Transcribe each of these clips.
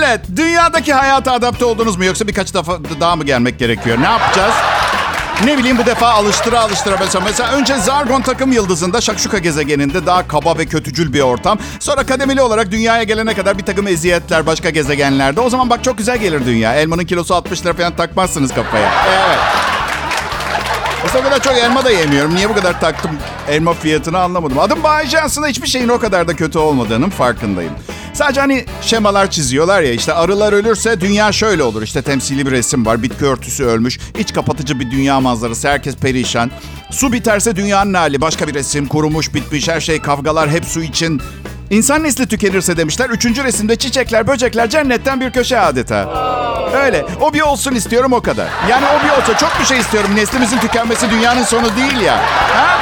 Evet, dünyadaki hayata adapte oldunuz mu yoksa birkaç defa daha mı gelmek gerekiyor? Ne yapacağız? Ne bileyim bu defa alıştıra mesela önce Zargon takım yıldızında Şakşuka gezegeninde daha kaba ve kötücül bir ortam. Sonra kademeli olarak dünyaya gelene kadar bir takım eziyetler başka gezegenlerde. O zaman bak çok güzel gelir dünya. Elmanın kilosu 60 lira falan takmazsınız kafaya. Evet. Aslında o kadar çok elma da yemiyorum. Niye bu kadar taktım elma fiyatını anlamadım. Adım Bayece, aslında hiçbir şeyin o kadar da kötü olmadığının farkındayım. Sadece hani şemalar çiziyorlar ya, işte arılar ölürse dünya şöyle olur. İşte temsili bir resim var, bitki örtüsü ölmüş, iç kapatıcı bir dünya manzarası, herkes perişan. Su biterse dünyanın hali, başka bir resim, kurumuş, bitmiş, her şey, kavgalar hep su için. İnsan nesli tükenirse demişler, 3. resimde çiçekler, böcekler, cennetten bir köşe adeta. Öyle. O bir olsun istiyorum, o kadar. Yani o bir olsa çok bir şey istiyorum. Neslimizin tükenmesi dünyanın sonu değil ya. Ha?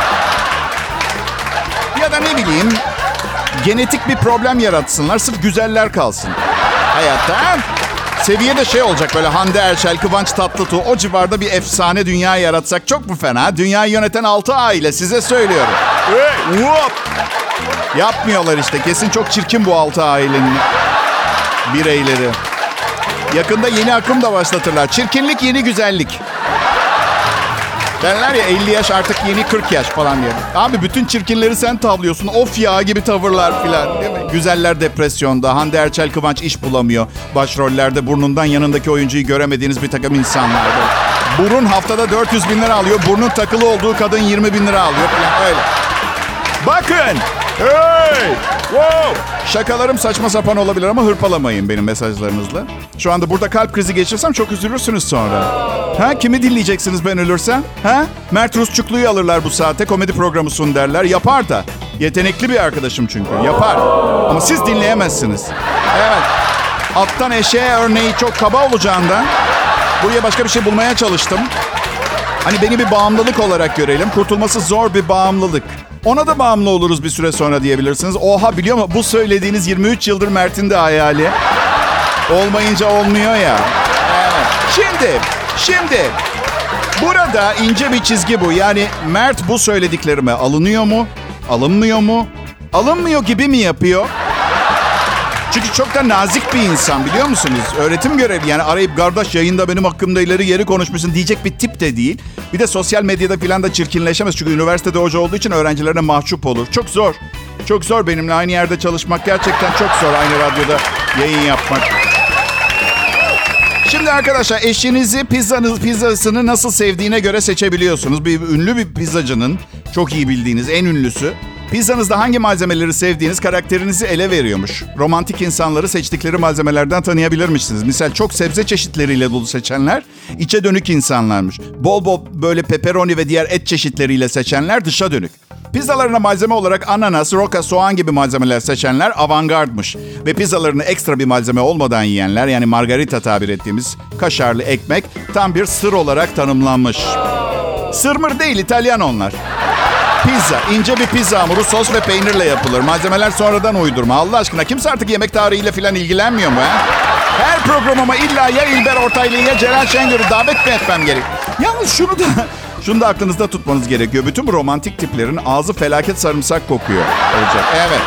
Ya da ne bileyim, genetik bir problem yaratsınlar, sırf güzeller kalsın hayatta. Seviye de şey olacak, böyle Hande Erçel, Kıvanç Tatlıtuğ, o civarda bir efsane dünya yaratsak çok mu fena? Dünyayı yöneten 6 aile, size söylüyorum. Whoop! Yapmıyorlar işte. Kesin çok çirkin bu 6 ailenin bireyleri. Yakında yeni akım da başlatırlar. Çirkinlik yeni güzellik. Derler ya 50 yaş artık yeni 40 yaş falan diye. Abi bütün çirkinleri sen tavlıyorsun. Of ya gibi tavırlar filan. Değil mi? Güzeller depresyonda. Hande Erçel, Kıvanç iş bulamıyor. Başrollerde burnundan yanındaki oyuncuyu göremediğiniz bir takım insanlardı. Burun haftada 400 bin lira alıyor. Burnun takılı olduğu kadın 20 bin lira alıyor filan. Öyle. Bakın. Hey! Wow! Şakalarım saçma sapan olabilir ama hırpalamayın benim mesajlarınızla. Şu anda burada kalp krizi geçirsem çok üzülürsünüz sonra. Ha, kimi dinleyeceksiniz ben ölürsem? Ha? Mert Rusçuklu'yu alırlar bu saate, komedi programı sun derler. Yapar da. Yetenekli bir arkadaşım çünkü. Yapar. Ama siz dinleyemezsiniz. Evet. Attan eşeğe örneği çok kaba olacağından buraya başka bir şey bulmaya çalıştım. Hani beni bir bağımlılık olarak görelim. Kurtulması zor bir bağımlılık. Ona da bağımlı oluruz bir süre sonra diyebilirsiniz. Oha, biliyor musun? Bu söylediğiniz 23 yıldır Mert'in de hayali. Olmayınca olmuyor ya. Evet. Şimdi. Burada ince bir çizgi bu. Yani Mert bu söylediklerime alınıyor mu? Alınmıyor mu? Alınmıyor gibi mi yapıyor? Çünkü çok da nazik bir insan, biliyor musunuz? Öğretim görevi, yani arayıp kardeş yayında benim hakkımda ileri geri konuşmuşsun diyecek bir tip de değil. Bir de sosyal medyada falan da çirkinleşemez. Çünkü üniversitede hoca olduğu için öğrencilerine mahcup olur. Çok zor. Çok zor benimle aynı yerde çalışmak. Gerçekten çok zor aynı radyoda yayın yapmak. Şimdi arkadaşlar, eşinizi pizzasını nasıl sevdiğine göre seçebiliyorsunuz. Ünlü bir pizzacının, çok iyi bildiğiniz en ünlüsü, pizzanızda hangi malzemeleri sevdiğiniz karakterinizi ele veriyormuş. Romantik insanları seçtikleri malzemelerden tanıyabilirmişsiniz. Misal çok sebze çeşitleriyle dolu seçenler içe dönük insanlarmış. Bol bol böyle pepperoni ve diğer et çeşitleriyle seçenler dışa dönük. Pizzalarına malzeme olarak ananas, roka, soğan gibi malzemeler seçenler avantgardmış. Ve pizzalarını ekstra bir malzeme olmadan yiyenler, yani margarita tabir ettiğimiz kaşarlı ekmek, tam bir sır olarak tanımlanmış. Sırmır değil, İtalyan onlar. Pizza, ince bir pizza hamuru sos ve peynirle yapılır. Malzemeler sonradan uydurma. Allah aşkına kimse artık yemek tarihiyle falan ilgilenmiyor mu? He? Her programıma illa ya İlber Ortaylı ya Celal Şengör'ü davet mi etmem gerek? Yalnız şunu da aklınızda tutmanız gerekiyor. Bütün bu romantik tiplerin ağzı felaket sarımsak kokuyor olacak. Evet.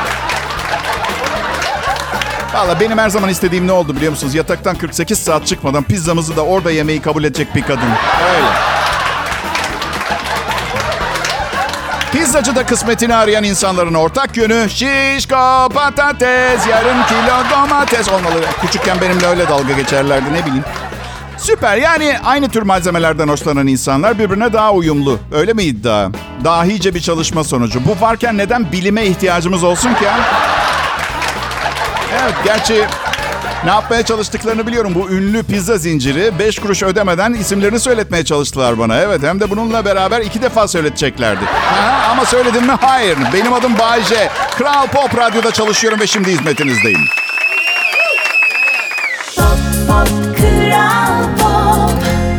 Valla benim her zaman istediğim ne oldu biliyor musunuz? Yataktan 48 saat çıkmadan pizzamızı da orada yemeyi kabul edecek bir kadın. Öyle. Pizzacıda kısmetini arayan insanların ortak yönü şişko patates, yarım kilo domates olmalı. Küçükken benimle öyle dalga geçerlerdi, ne bileyim. Süper, yani aynı tür malzemelerden hoşlanan insanlar birbirine daha uyumlu. Öyle mi iddia? Dahice bir çalışma sonucu. Bu varken neden bilime ihtiyacımız olsun ki? Evet, gerçi ne yapmaya çalıştıklarını biliyorum. Bu ünlü pizza zinciri 5 kuruş ödemeden isimlerini söyletmeye çalıştılar bana. Evet, hem de bununla beraber 2 defa söyleteceklerdi. Ama söyledim mi? Hayır. Benim adım Bay J. Kral Pop Radyo'da çalışıyorum ve şimdi hizmetinizdeyim. Pop, pop, Kral Pop.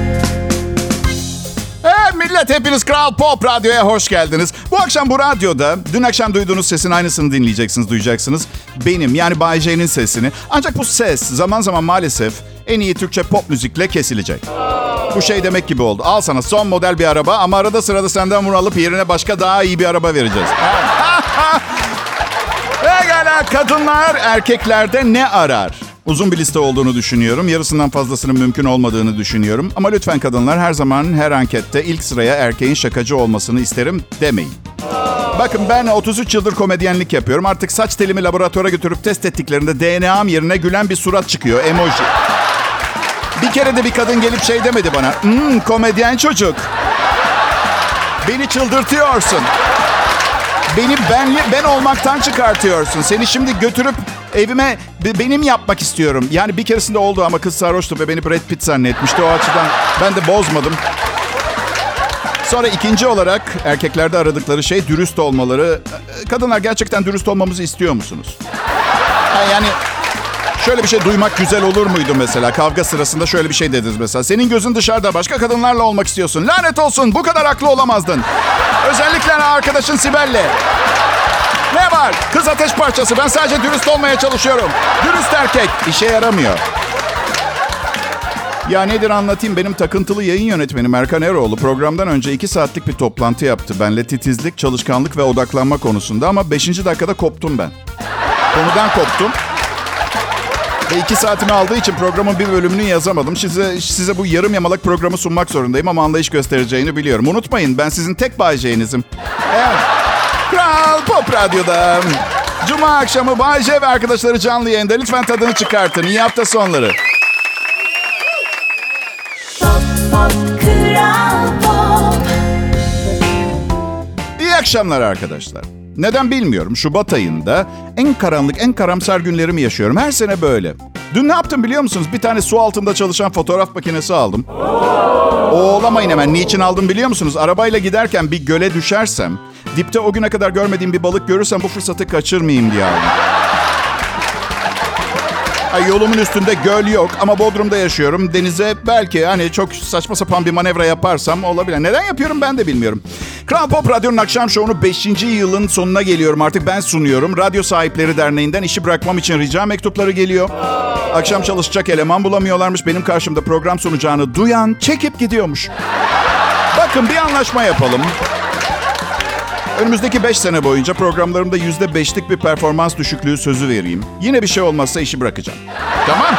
Evet millet, hepiniz Kral Pop Radyo'ya hoş geldiniz. Bu akşam bu radyoda dün akşam duyduğunuz sesin aynısını duyacaksınız. Benim, yani Bay J'nin sesini. Ancak bu ses zaman zaman maalesef en iyi Türkçe pop müzikle kesilecek. Bu şey demek gibi oldu. Al sana son model bir araba ama arada sırada senden bunu alıp yerine başka daha iyi bir araba vereceğiz. Pekala, kadınlar erkeklerde ne arar? Uzun bir liste olduğunu düşünüyorum. Yarısından fazlasının mümkün olmadığını düşünüyorum. Ama lütfen kadınlar her zaman her ankette ilk sıraya erkeğin şakacı olmasını isterim demeyin. Bakın ben 33 yıldır komedyenlik yapıyorum. Artık saç telimi laboratuvara götürüp test ettiklerinde DNA'm yerine gülen bir surat çıkıyor. Emoji. Bir kere de bir kadın gelip şey demedi bana. Komedyen çocuk. Beni çıldırtıyorsun. Beni ben olmaktan çıkartıyorsun. Seni şimdi götürüp evime benim yapmak istiyorum. Yani bir keresinde oldu ama kız sarhoştu ve beni Brad Pitt zannetmişti. O açıdan ben de bozmadım. Sonra ikinci olarak erkeklerde aradıkları şey dürüst olmaları. Kadınlar gerçekten dürüst olmamızı istiyor musunuz? Yani şöyle bir şey duymak güzel olur muydu mesela? Kavga sırasında şöyle bir şey dediniz mesela. Senin gözün dışarıda, başka kadınlarla olmak istiyorsun. Lanet olsun, bu kadar haklı olamazdın. Özellikle arkadaşın Sibel'le. Ne var? Kız ateş parçası. Ben sadece dürüst olmaya çalışıyorum. Dürüst erkek. İşe yaramıyor. Ya nedir anlatayım. Benim takıntılı yayın yönetmenim Erkan Eroğlu programdan önce 2 saatlik bir toplantı yaptı. Benle titizlik, çalışkanlık ve odaklanma konusunda ama 5. dakikada koptum ben. Konudan koptum. Ve 2 saatimi aldığı için programın bir bölümünü yazamadım. Size bu yarım yamalak programı sunmak zorundayım ama anlayış göstereceğini biliyorum. Unutmayın, ben sizin tek Bay J'nizim. Evet. Kral Pop Radyo'da. Cuma akşamı Bay J ve arkadaşları canlı yayında. Lütfen tadını çıkartın. İyi hafta sonları. İyi akşamlar arkadaşlar. Neden bilmiyorum. Şubat ayında en karanlık, en karamsar günlerimi yaşıyorum. Her sene böyle. Dün ne yaptım biliyor musunuz? Bir tane su altında çalışan fotoğraf makinesi aldım. Oğlamayın hemen. Niçin aldım biliyor musunuz? Arabayla giderken bir göle düşersem, dipte o güne kadar görmediğim bir balık görürsem bu fırsatı kaçırmayayım diye aldım. Yolumun üstünde göl yok ama Bodrum'da yaşıyorum. Denize belki hani çok saçma sapan bir manevra yaparsam olabilir. Neden yapıyorum ben de bilmiyorum. Kral Pop Radyo'nun akşam şovunu 5. yılın sonuna geliyorum. Artık ben sunuyorum. Radyo Sahipleri Derneği'nden işi bırakmam için rica mektupları geliyor. Akşam çalışacak eleman bulamıyorlarmış. Benim karşımda program sunacağını duyan çekip gidiyormuş. Bakın bir anlaşma yapalım. Önümüzdeki 5 sene boyunca programlarımda %5'lik bir performans düşüklüğü sözü vereyim. Yine bir şey olmazsa işi bırakacağım. Tamam.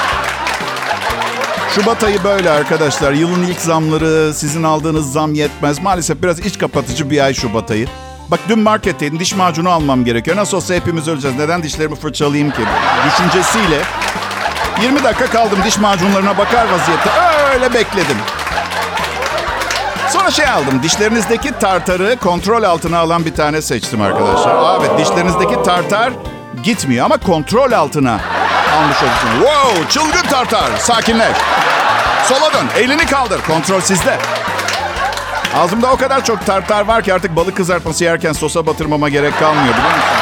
Şubat ayı böyle arkadaşlar. Yılın ilk zamları, sizin aldığınız zam yetmez. Maalesef biraz iç kapatıcı bir ay Şubat ayı. Bak dün marketteydim, diş macunu almam gerekiyor. Nasıl olsa hepimiz öleceğiz. Neden dişlerimi fırçalayayım ki? Düşüncesiyle 20 dakika kaldım, diş macunlarına bakar vaziyette. Öyle bekledim. Sonra şey aldım. Dişlerinizdeki tartarı kontrol altına alan bir tane seçtim arkadaşlar. Evet, dişlerinizdeki tartar gitmiyor ama kontrol altına almış olursunuz. Wow, çılgın tartar. Sakinleş. Sola dön. Elini kaldır. Kontrol sizde. Ağzımda o kadar çok tartar var ki artık balık kızartması yerken sosa batırmama gerek kalmıyor biliyor musun?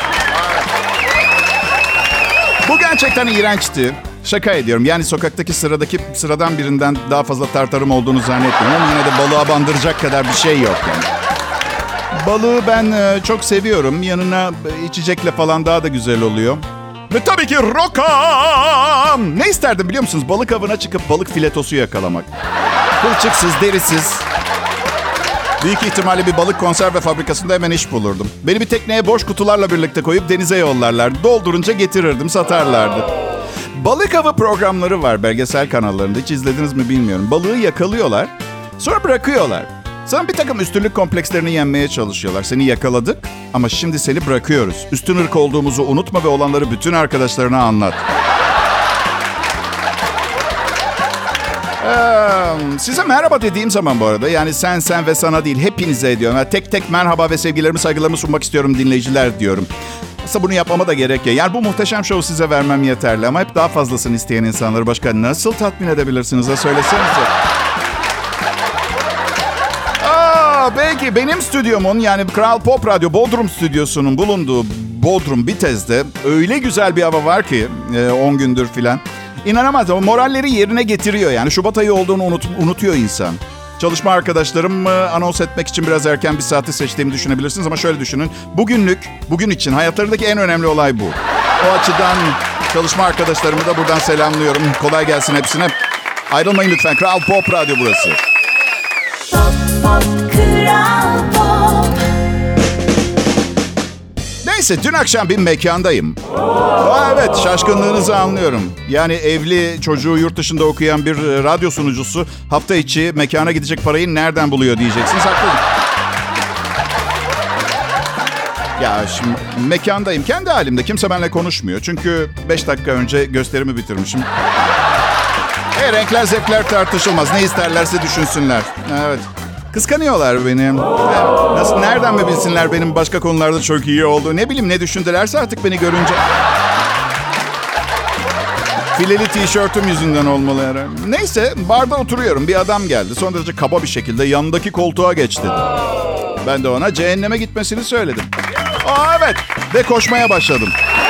Bu gerçekten iğrençti. Şaka ediyorum. Yani sokaktaki sıradan birinden daha fazla tartarım olduğunu zannetmiyorum. Ama yine de balığa bandıracak kadar bir şey yok yani. Balığı ben çok seviyorum. Yanına içecekle falan daha da güzel oluyor. Ve tabii ki rokam. Ne isterdim biliyor musunuz? Balık avına çıkıp balık filetosu yakalamak. Kılçıksız, derisiz. Büyük ihtimalle bir balık konserve fabrikasında hemen iş bulurdum. Beni bir tekneye boş kutularla birlikte koyup denize yollarlardı. Doldurunca getirirdim, satarlardı. Balık avı programları var belgesel kanallarında. Hiç izlediniz mi bilmiyorum. Balığı yakalıyorlar, sonra bırakıyorlar. Sana bir takım üstünlük komplekslerini yenmeye çalışıyorlar. Seni yakaladık ama şimdi seni bırakıyoruz. Üstün ırk olduğumuzu unutma ve olanları bütün arkadaşlarına anlat. Size merhaba dediğim zaman bu arada, yani sen ve sana değil, hepinize ediyorum. Yani tek tek merhaba ve sevgilerimi, saygılarımı sunmak istiyorum dinleyiciler diyorum. Aslında bunu yapmama da gerek yok. Yani bu muhteşem şovu size vermem yeterli ama hep daha fazlasını isteyen insanları başka nasıl tatmin edebilirsiniz de söylesenize. Belki benim stüdyomun, yani Kral Pop Radyo Bodrum stüdyosunun bulunduğu Bodrum Bitez'de öyle güzel bir hava var ki 10 gündür filan. İnanamaz ama moralleri yerine getiriyor yani. Şubat ayı olduğunu unutuyor insan. Çalışma arkadaşlarım anons etmek için biraz erken bir saati seçtiğimi düşünebilirsiniz ama şöyle düşünün. Bugün için hayatlarındaki en önemli olay bu. O açıdan çalışma arkadaşlarımı da buradan selamlıyorum. Kolay gelsin hepsine. Ayrılmayın lütfen. Kral Pop Radyo burası. Neyse, dün akşam bir mekandayım. Evet, şaşkınlığınızı anlıyorum. Yani evli, çocuğu yurt dışında okuyan bir radyo sunucusu hafta içi mekana gidecek parayı nereden buluyor diyeceksiniz. Haklısınız. Ya şimdi mekandayım. Kendi halimde. Kimse benimle konuşmuyor. Çünkü 5 dakika önce gösterimi bitirmişim. Renkler zevkler tartışılmaz. Ne isterlerse düşünsünler. Evet. Kıskanıyorlar beni. Nasıl, nereden mi bilsinler benim başka konularda çok iyi olduğu? Ne bileyim, ne düşündülerse artık beni görünce. Fileli tişörtüm yüzünden olmalı herhalde. Neyse, barda oturuyorum. Bir adam geldi. Son derece kaba bir şekilde yanındaki koltuğa geçti. Ben de ona cehenneme gitmesini söyledim. Evet. Ve koşmaya başladım.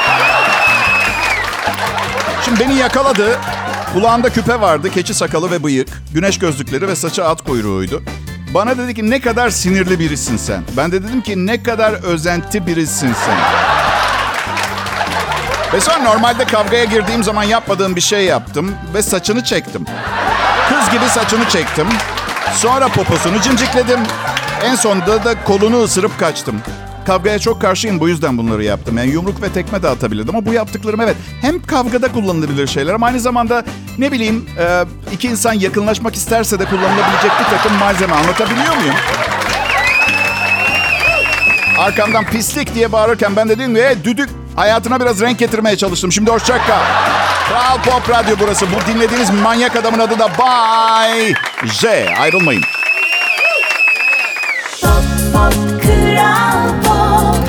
Şimdi beni yakaladı. Kulağında küpe vardı, keçi sakalı ve bıyık. Güneş gözlükleri ve saçı at kuyruğuydu. Bana dedi ki, ne kadar sinirli birisin sen. Ben de dedim ki, ne kadar özenti birisin sen. Ve sonra normalde kavgaya girdiğim zaman yapmadığım bir şey yaptım. Ve saçını çektim. Kız gibi saçını çektim. Sonra poposunu cimcikledim. En sonunda da kolunu ısırıp kaçtım. Kavgaya çok karşıyım, bu yüzden bunları yaptım. Yani yumruk ve tekme de atabilirdim ama bu yaptıklarım evet hem kavgada kullanılabilir şeyler ama aynı zamanda ne bileyim iki insan yakınlaşmak isterse de kullanılabilecek bir takım malzeme. Anlatabiliyor muyum? Arkamdan pislik diye bağırırken ben de dedim ki düdük, hayatına biraz renk getirmeye çalıştım. Şimdi hoşça kal. Kral Pop Radyo burası. Bu dinlediğiniz manyak adamın adı da Bay J. Ayrılmayın. Pop, pop, Kral Pop.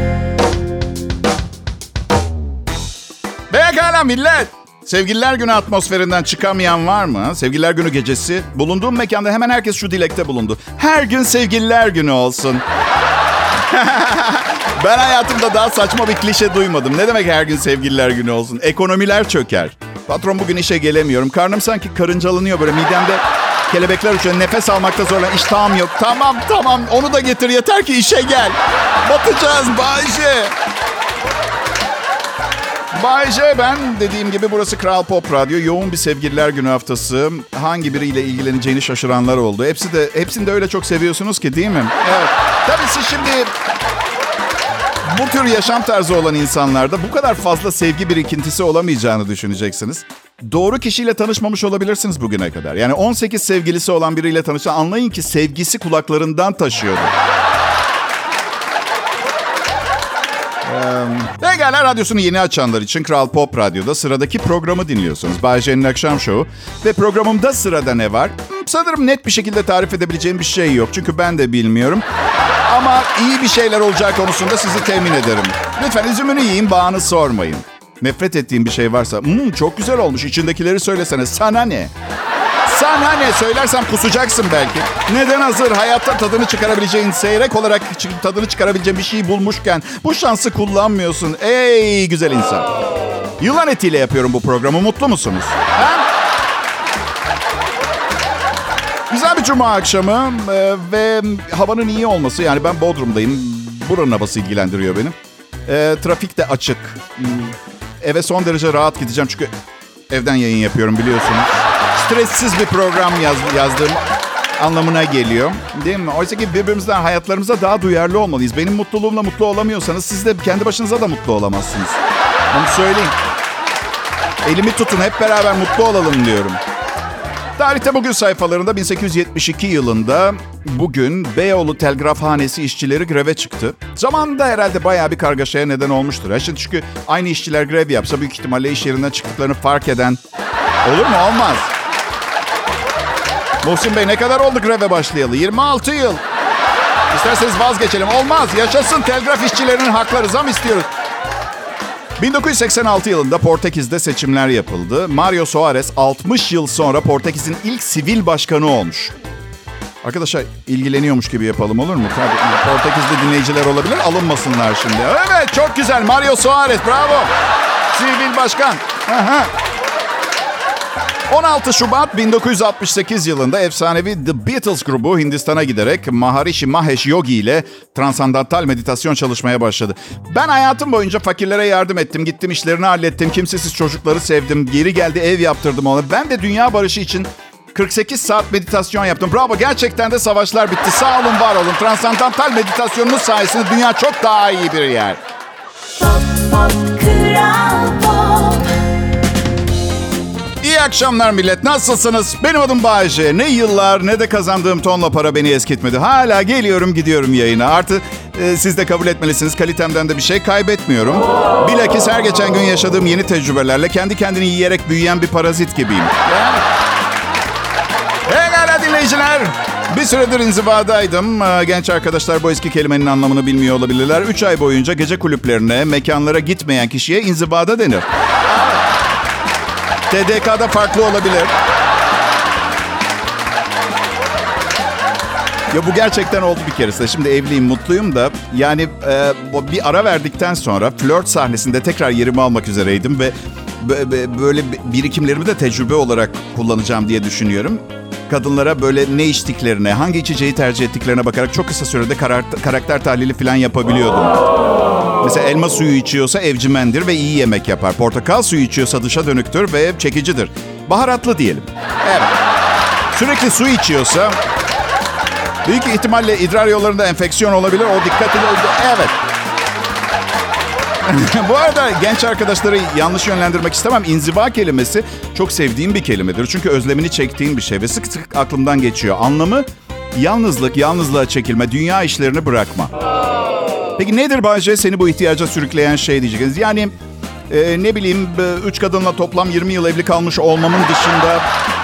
Pekala millet. Sevgililer Günü atmosferinden çıkamayan var mı? Sevgililer Günü gecesi. Bulunduğum mekanda hemen herkes şu dilekte bulundu. Her gün Sevgililer Günü olsun. Ben hayatımda daha saçma bir klişe duymadım. Ne demek her gün Sevgililer Günü olsun? Ekonomiler çöker. Patron, bugün işe gelemiyorum. Karnım sanki karıncalanıyor böyle. Midemde kelebekler uçuyor. Nefes almakta zorlan. İştahım yok. Tamam. Onu da getir. Yeter ki işe gel. Batacağız Bayce. Bayce ben. Dediğim gibi burası Kral Pop Radyo. Yoğun bir Sevgililer Günü haftası. Hangi biriyle ilgileneceğini şaşıranlar oldu. Hepsini de öyle çok seviyorsunuz ki, değil mi? Evet. Tabii siz şimdi bu tür yaşam tarzı olan insanlarda bu kadar fazla sevgi birikintisi olamayacağını düşüneceksiniz. Doğru kişiyle tanışmamış olabilirsiniz bugüne kadar. Yani 18 sevgilisi olan biriyle tanışan, anlayın ki sevgisi kulaklarından taşıyordu. Pekala, radyosunu yeni açanlar için Kral Pop Radyo'da sıradaki programı dinliyorsunuz. Bay J'nin Akşam Şovu. Ve programımda sırada ne var? Sanırım net bir şekilde tarif edebileceğim bir şey yok. Çünkü ben de bilmiyorum. Ama iyi bir şeyler olacağı konusunda sizi temin ederim. Lütfen üzümünü yiyin, bağını sormayın. Nefret ettiğim bir şey varsa, çok güzel olmuş, içindekileri söylesene. Sana ne? Sana ne? Söylersem kusacaksın belki. Neden hazır hayatta tadını çıkarabileceğin, seyrek olarak tadını çıkarabileceğin bir şeyi bulmuşken bu şansı kullanmıyorsun? Ey güzel insan. Yılan etiyle yapıyorum bu programı. Mutlu musunuz? Ha? Güzel bir cuma akşamı ve havanın iyi olması. Yani ben Bodrum'dayım. Buranın havası ilgilendiriyor beni. Trafik de açık. Eve son derece rahat gideceğim çünkü evden yayın yapıyorum biliyorsunuz. Stressiz bir program yazdığım anlamına geliyor. Değil mi? Oysa ki birbirimizden, hayatlarımıza daha duyarlı olmalıyız. Benim mutluluğumla mutlu olamıyorsanız siz de kendi başınıza da mutlu olamazsınız. Onu söyleyeyim. Elimi tutun, hep beraber mutlu olalım diyorum. Tarihte bugün sayfalarında 1872 yılında bugün Beyoğlu Telgrafhanesi işçileri greve çıktı. Zamanında herhalde bayağı bir kargaşaya neden olmuştur. Şimdi çünkü aynı işçiler grev yapsa büyük ihtimalle iş yerinden çıktıklarını fark eden olur mu? Olmaz. Muhsin Bey, ne kadar oldu greve başlayalı? 26 yıl. İsterseniz vazgeçelim. Olmaz. Yaşasın telgraf işçilerinin hakları. Zam istiyoruz. 1986 yılında Portekiz'de seçimler yapıldı. Mario Soares 60 yıl sonra Portekiz'in ilk sivil başkanı olmuş. Arkadaşlar ilgileniyormuş gibi yapalım, olur mu? Tabii, Portekiz'de dinleyiciler olabilir, alınmasınlar şimdi. Evet, çok güzel. Mario Soares, bravo. Sivil başkan. Aha. 16 Şubat 1968 yılında efsanevi The Beatles grubu Hindistan'a giderek Maharishi Mahesh Yogi ile transandantal meditasyon çalışmaya başladı. Ben hayatım boyunca fakirlere yardım ettim, gittim işlerini hallettim, kimsesiz çocukları sevdim, geri geldi ev yaptırdım ona. Ben de dünya barışı için 48 saat meditasyon yaptım. Bravo, gerçekten de savaşlar bitti. Sağ olun, var olun. Transandantal meditasyonunuz sayesinde dünya çok daha iyi bir yer. Kral Pop. İyi akşamlar millet. Nasılsınız? Benim adım Bayece. Ne yıllar ne de kazandığım tonla para beni eskitmedi. Hala geliyorum gidiyorum yayına. Artı siz de kabul etmelisiniz. Kalitemden de bir şey kaybetmiyorum. Bilakis her geçen gün yaşadığım yeni tecrübelerle kendi kendini yiyerek büyüyen bir parazit gibiyim. Pekala dinleyiciler. Bir süredir inzivadaydım. Genç arkadaşlar bu eski kelimenin anlamını bilmiyor olabilirler. 3 ay boyunca gece kulüplerine, mekanlara gitmeyen kişiye inzivada denir. TDK'da farklı olabilir. Ya bu gerçekten oldu bir keresinde. Şimdi evliyim, mutluyum da. Yani bir ara verdikten sonra flört sahnesinde tekrar yerimi almak üzereydim ve böyle birikimlerimi de tecrübe olarak kullanacağım diye düşünüyorum. Kadınlara böyle ne içtiklerine, hangi içeceği tercih ettiklerine bakarak çok kısa sürede karakter tahlili falan yapabiliyordum. Mesela elma suyu içiyorsa evcimendir ve iyi yemek yapar. Portakal suyu içiyorsa dışa dönüktür ve çekicidir. Baharatlı diyelim. Evet. Sürekli su içiyorsa büyük ihtimalle idrar yollarında enfeksiyon olabilir. O dikkatli. Evet. Bu arada genç arkadaşları yanlış yönlendirmek istemem. İnziva kelimesi çok sevdiğim bir kelimedir. Çünkü özlemini çektiğim bir şey ve sık sık aklımdan geçiyor. Anlamı yalnızlık, yalnızlığa çekilme, dünya işlerini bırakma. Peki nedir Bayce seni bu ihtiyaca sürükleyen şey diyeceksiniz? Yani ne bileyim 3 kadınla toplam 20 yıl evli kalmış olmamın dışında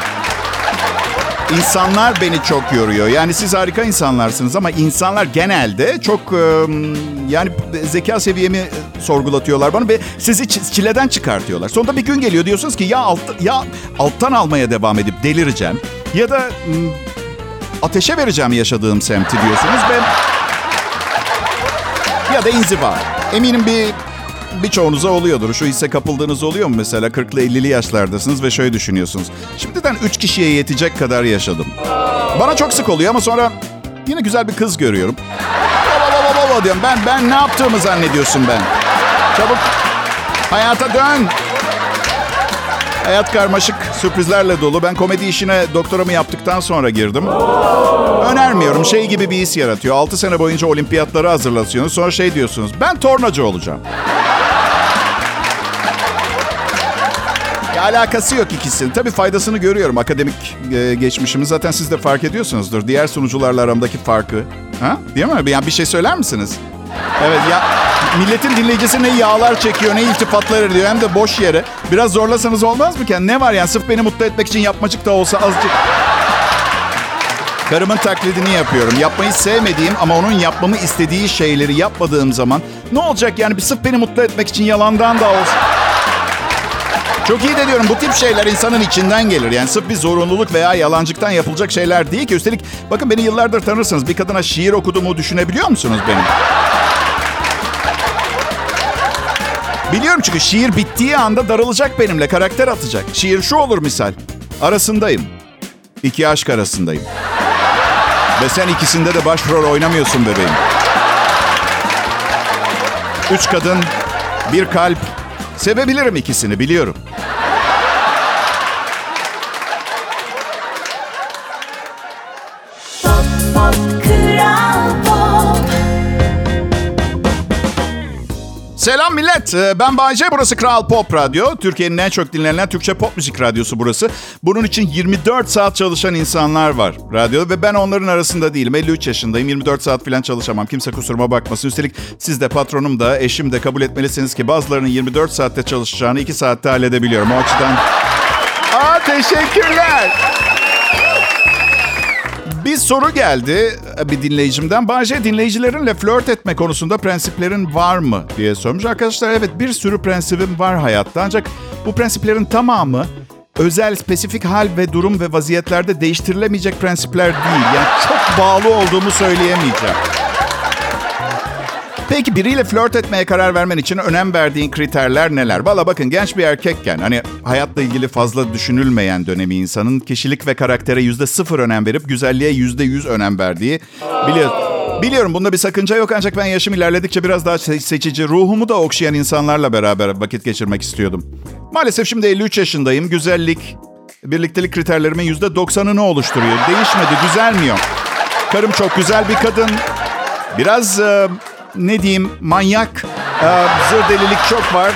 insanlar beni çok yoruyor. Yani siz harika insanlarsınız ama insanlar genelde çok yani zeka seviyemi sorgulatıyorlar bana ve sizi çileden çıkartıyorlar. Sonunda bir gün geliyor diyorsunuz ki ya alttan almaya devam edip delireceğim ya da ateşe vereceğim yaşadığım semti diyorsunuz ve ya da inziva. Eminim birçoğunuza oluyordur. Şu hisse kapıldığınız oluyor mu mesela? 40'lı 50'li yaşlardasınız ve şöyle düşünüyorsunuz. Şimdiden 3 kişiye yetecek kadar yaşadım. Bana çok sık oluyor ama sonra yine güzel bir kız görüyorum. Baba diyorum. Ben ne yaptığımı zannediyorsun ben? Çabuk hayata dön. Hayat karmaşık, sürprizlerle dolu. Ben komedi işine doktoramı yaptıktan sonra girdim. Önermiyorum. Şey gibi bir his yaratıyor. 6 sene boyunca olimpiyatlara hazırlanıyorsunuz. Sonra şey diyorsunuz. Ben tornacı olacağım. Ya alakası yok ikisinin. Tabii faydasını görüyorum. Akademik geçmişimi zaten siz de fark ediyorsunuzdur. Diğer sunucularla aramdaki farkı. Ha? Değil mi? Yani bir şey söyler misiniz? Evet ya. Milletin dinleyicisi ne yağlar çekiyor, ne iltifatlar ediyor. Hem de boş yere. Biraz zorlasanız olmaz mı ki? Ne var yani? Sırf beni mutlu etmek için yapmacık da olsa azıcık. Karımın taklidini yapıyorum. Yapmayı sevmediğim ama onun yapmamı istediği şeyleri yapmadığım zaman ne olacak yani? Bir sırf beni mutlu etmek için yalandan da olsa. Çok iyi de diyorum, bu tip şeyler insanın içinden gelir. Yani sırf bir zorunluluk veya yalancıktan yapılacak şeyler değil ki. Üstelik bakın beni yıllardır tanırsınız. Bir kadına şiir okuduğumu düşünebiliyor musunuz benim? Biliyorum çünkü şiir bittiği anda darılacak benimle, karakter atacak. Şiir şu olur misal. Arasındayım. 2 aşk arasındayım. Ve sen ikisinde de başrol oynamıyorsun bebeğim. 3 kadın, 1 kalp. Sevebilirim ikisini, biliyorum. Kral Pop. Selam millet. Ben Bayece. Burası Kral Pop Radyo. Türkiye'nin en çok dinlenen Türkçe pop müzik radyosu burası. Bunun için 24 saat çalışan insanlar var radyoda ve ben onların arasında değilim. 53 yaşındayım. 24 saat falan çalışamam. Kimse kusuruma bakmasın. Üstelik siz de patronum da eşim de kabul etmelisiniz ki bazılarının 24 saatte çalışacağını 2 saatte halledebiliyorum. O açıdan... teşekkürler. Bir soru geldi bir dinleyicimden. Bayece, dinleyicilerinle flört etme konusunda prensiplerin var mı diye sormuş. Arkadaşlar evet, bir sürü prensibim var hayatta. Ancak bu prensiplerin tamamı özel, spesifik hal ve durum ve vaziyetlerde değiştirilemeyecek prensipler değil. Yani çok bağlı olduğumu söyleyemeyeceğim. Peki biriyle flört etmeye karar vermen için önem verdiğin kriterler neler? Valla bakın, genç bir erkekken hani hayatla ilgili fazla düşünülmeyen dönemi insanın kişilik ve karaktere %0 önem verip güzelliğe %100 önem verdiği biliyorum bunda bir sakınca yok, ancak ben yaşım ilerledikçe biraz daha seçici, ruhumu da okşayan insanlarla beraber vakit geçirmek istiyordum. Maalesef şimdi 53 yaşındayım. Güzellik, birliktelik kriterlerimin %90'ını oluşturuyor. Değişmedi, düzelmiyor. Karım çok güzel bir kadın. Biraz... ne diyeyim, manyak. Zır delilik çok var.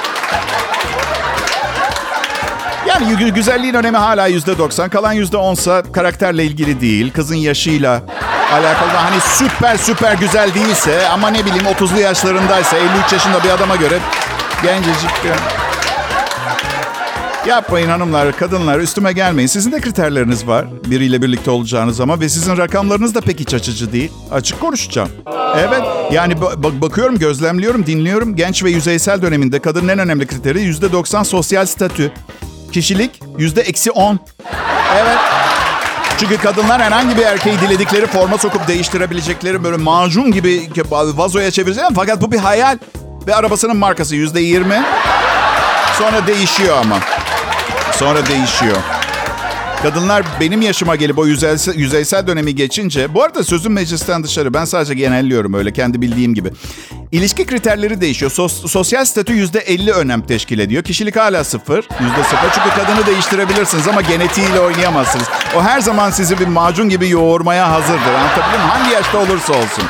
Yani güzelliğin önemi hala %90. Kalan %10'sa karakterle ilgili değil. Kızın yaşıyla alakalı. Hani süper güzel değilse ama ne bileyim 30'lu yaşlarındaysa 53 yaşında bir adama göre gencecik. Yapmayın hanımlar, kadınlar, üstüme gelmeyin. Sizin de kriterleriniz var biriyle birlikte olacağınız ama ve sizin rakamlarınız da pek iç açıcı değil. Açık konuşacağım. Evet, yani bakıyorum, gözlemliyorum, dinliyorum. Genç ve yüzeysel döneminde kadının en önemli kriteri %90 sosyal statü. Kişilik %-10. Evet. Çünkü kadınlar herhangi bir erkeği diledikleri forma sokup değiştirebilecekleri böyle macun gibi vazoya çevirecek. Fakat bu bir hayal. Ve arabasının markası %20. Sonra değişiyor ama. Sonra değişiyor. Kadınlar benim yaşıma gelip o yüzeysel dönemi geçince... Bu arada sözüm meclisten dışarı. Ben sadece genelliyorum öyle kendi bildiğim gibi. İlişki kriterleri değişiyor. Sosyal statü %50 önem teşkil ediyor. Kişilik hala sıfır. %0. Çünkü kadını değiştirebilirsiniz ama genetiğiyle oynayamazsınız. O her zaman sizi bir macun gibi yoğurmaya hazırdır. Anlatabiliyor muyum? Hangi yaşta olursa olsun.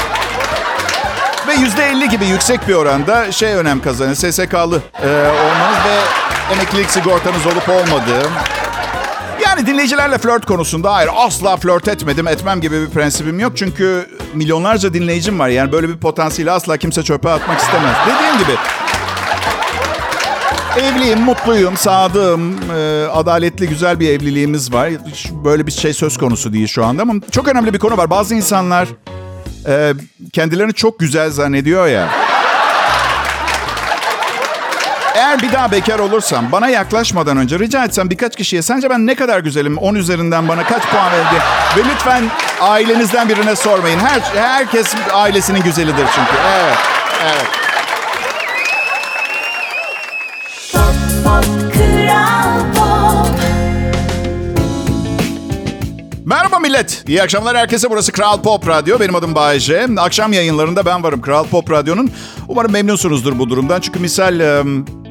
Ve %50 gibi yüksek bir oranda önem kazanıyor. SSK'lı olmanız ve emeklilik sigortanız olup olmadığı. Yani dinleyicilerle flört konusunda hayır asla flört etmem gibi bir prensibim yok. Çünkü milyonlarca dinleyicim var. Yani böyle bir potansiyeli asla kimse çöpe atmak istemez. Dediğim gibi evliyim, mutluyum, sadığım, adaletli güzel bir evliliğimiz var. Böyle bir şey söz konusu değil şu anda ama çok önemli bir konu var. Bazı insanlar kendilerini çok güzel zannediyor ya. Eğer bir daha bekar olursam bana yaklaşmadan önce rica etsem birkaç kişiye sence ben ne kadar güzelim 10 üzerinden bana kaç puan verdi? Ve lütfen ailenizden birine sormayın. Herkes ailesinin güzelidir çünkü. Evet. Pop Kral Pop. Merhaba millet. İyi akşamlar herkese. Burası Kral Pop Radyo. Benim adım Bay J. Akşam yayınlarında ben varım Kral Pop Radyo'nun. Umarım memnunsunuzdur bu durumdan. Çünkü misal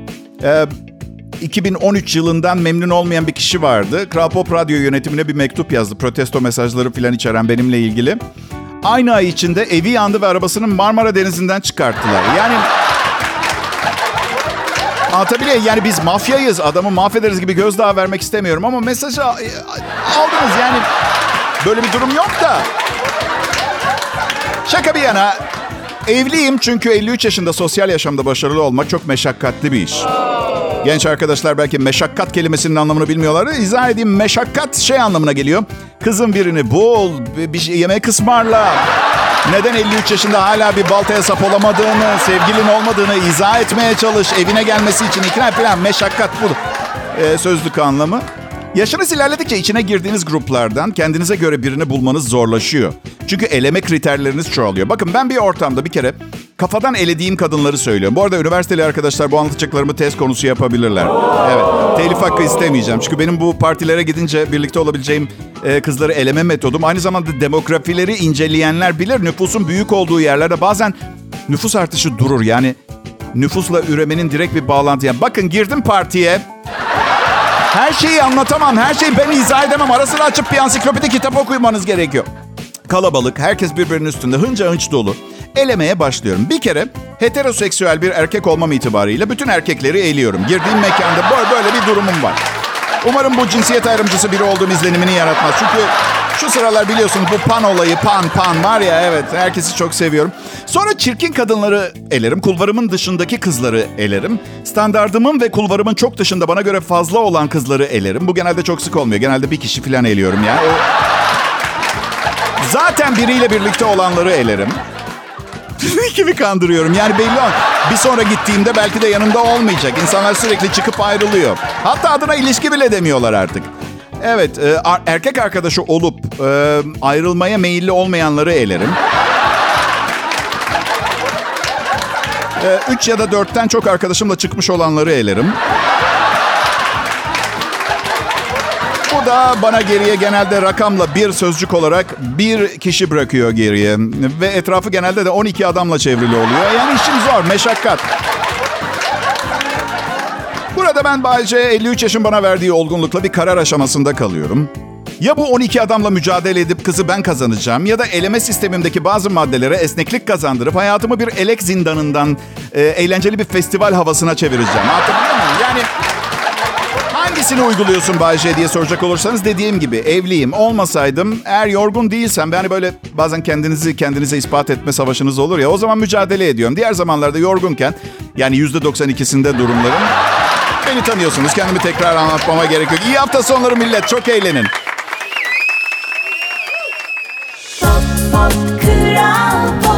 2013 yılından memnun olmayan bir kişi vardı. Kral Pop Radyo yönetimine bir mektup yazdı. Protesto mesajları falan içeren benimle ilgili. Aynı ay içinde evi yandı ve arabasını Marmara Denizi'nden çıkarttılar. Yani... Anlatabiliyor muyum? Yani biz mafyayız, adamı mahvederiz gibi gözdağı vermek istemiyorum ama mesajı aldınız yani. Böyle bir durum yok da. Şaka bir yana, evliyim çünkü 53 yaşında sosyal yaşamda başarılı olmak çok meşakkatli bir iş. Genç arkadaşlar belki meşakkat kelimesinin anlamını bilmiyorlar. İzah edeyim, meşakkat anlamına geliyor. Kızın birini bul, bir yemek ısmarla. Neden 53 yaşında hala bir baltaya sap olamadığını, sevgilin olmadığını izah etmeye çalış. Evine gelmesi için ikna falan. Meşakkat bu. Sözlük anlamı. Yaşınız ilerledikçe içine girdiğiniz gruplardan kendinize göre birini bulmanız zorlaşıyor. Çünkü eleme kriterleriniz çoğalıyor. Bakın ben bir ortamda bir kere kafadan elediğim kadınları söylüyorum. Bu arada üniversiteli arkadaşlar bu anlatacaklarımı test konusu yapabilirler. Evet, telif hakkı istemeyeceğim. Çünkü benim bu partilere gidince birlikte olabileceğim kızları eleme metodum. Aynı zamanda demografileri inceleyenler bilir. Nüfusun büyük olduğu yerlerde bazen nüfus artışı durur. Yani nüfusla üremenin direkt bir bağlantısı. Yani bakın girdim partiye. Her şeyi anlatamam. Her şeyi ben izah edemem. Arasını açıp bir ansiklopedi kitap okumanız gerekiyor. Kalabalık. Herkes birbirinin üstünde. Hınca hınç dolu. Elemeye başlıyorum. Bir kere heteroseksüel bir erkek olmam itibariyle bütün erkekleri eliyorum. Girdiğim mekanda böyle bir durumum var. Umarım bu cinsiyet ayrımcısı biri olduğum izlenimini yaratmaz. Çünkü şu sıralar biliyorsunuz bu pan olayı, pan var ya, evet, herkesi çok seviyorum. Sonra çirkin kadınları elerim. Kulvarımın dışındaki kızları elerim. Standardımın ve kulvarımın çok dışında bana göre fazla olan kızları elerim. Bu genelde çok sık olmuyor. Genelde bir kişi falan eliyorum yani. Zaten biriyle birlikte olanları elerim. Kimi kandırıyorum yani belli ol. Bir sonra gittiğimde belki de yanımda olmayacak. İnsanlar sürekli çıkıp ayrılıyor. Hatta adına ilişki bile demiyorlar artık. Evet, erkek arkadaşı olup ayrılmaya meyilli olmayanları elerim. 3 ya da 4'ten çok arkadaşımla çıkmış olanları elerim. Bu da bana geriye genelde rakamla bir sözcük olarak bir kişi bırakıyor geriye. Ve etrafı genelde de 12 adamla çevrili oluyor. Yani işim zor, meşakkat. Burada ben Bay J, 53 yaşın bana verdiği olgunlukla bir karar aşamasında kalıyorum. Ya bu 12 adamla mücadele edip kızı ben kazanacağım ya da eleme sistemimdeki bazı maddelere esneklik kazandırıp hayatımı bir elek zindanından eğlenceli bir festival havasına çevireceğim. Anlatabiliyor muyum? Yani hangisini uyguluyorsun Bay J diye soracak olursanız dediğim gibi evliyim. Olmasaydım eğer yorgun değilsem yani böyle bazen kendinize ispat etme savaşınız olur ya o zaman mücadele ediyorum. Diğer zamanlarda yorgunken yani %92'sinde durumlarım. Beni tanıyorsunuz. Kendimi tekrar anlatmama gerek yok. İyi hafta sonları millet. Çok eğlenin. Pop, pop, Kral Pop.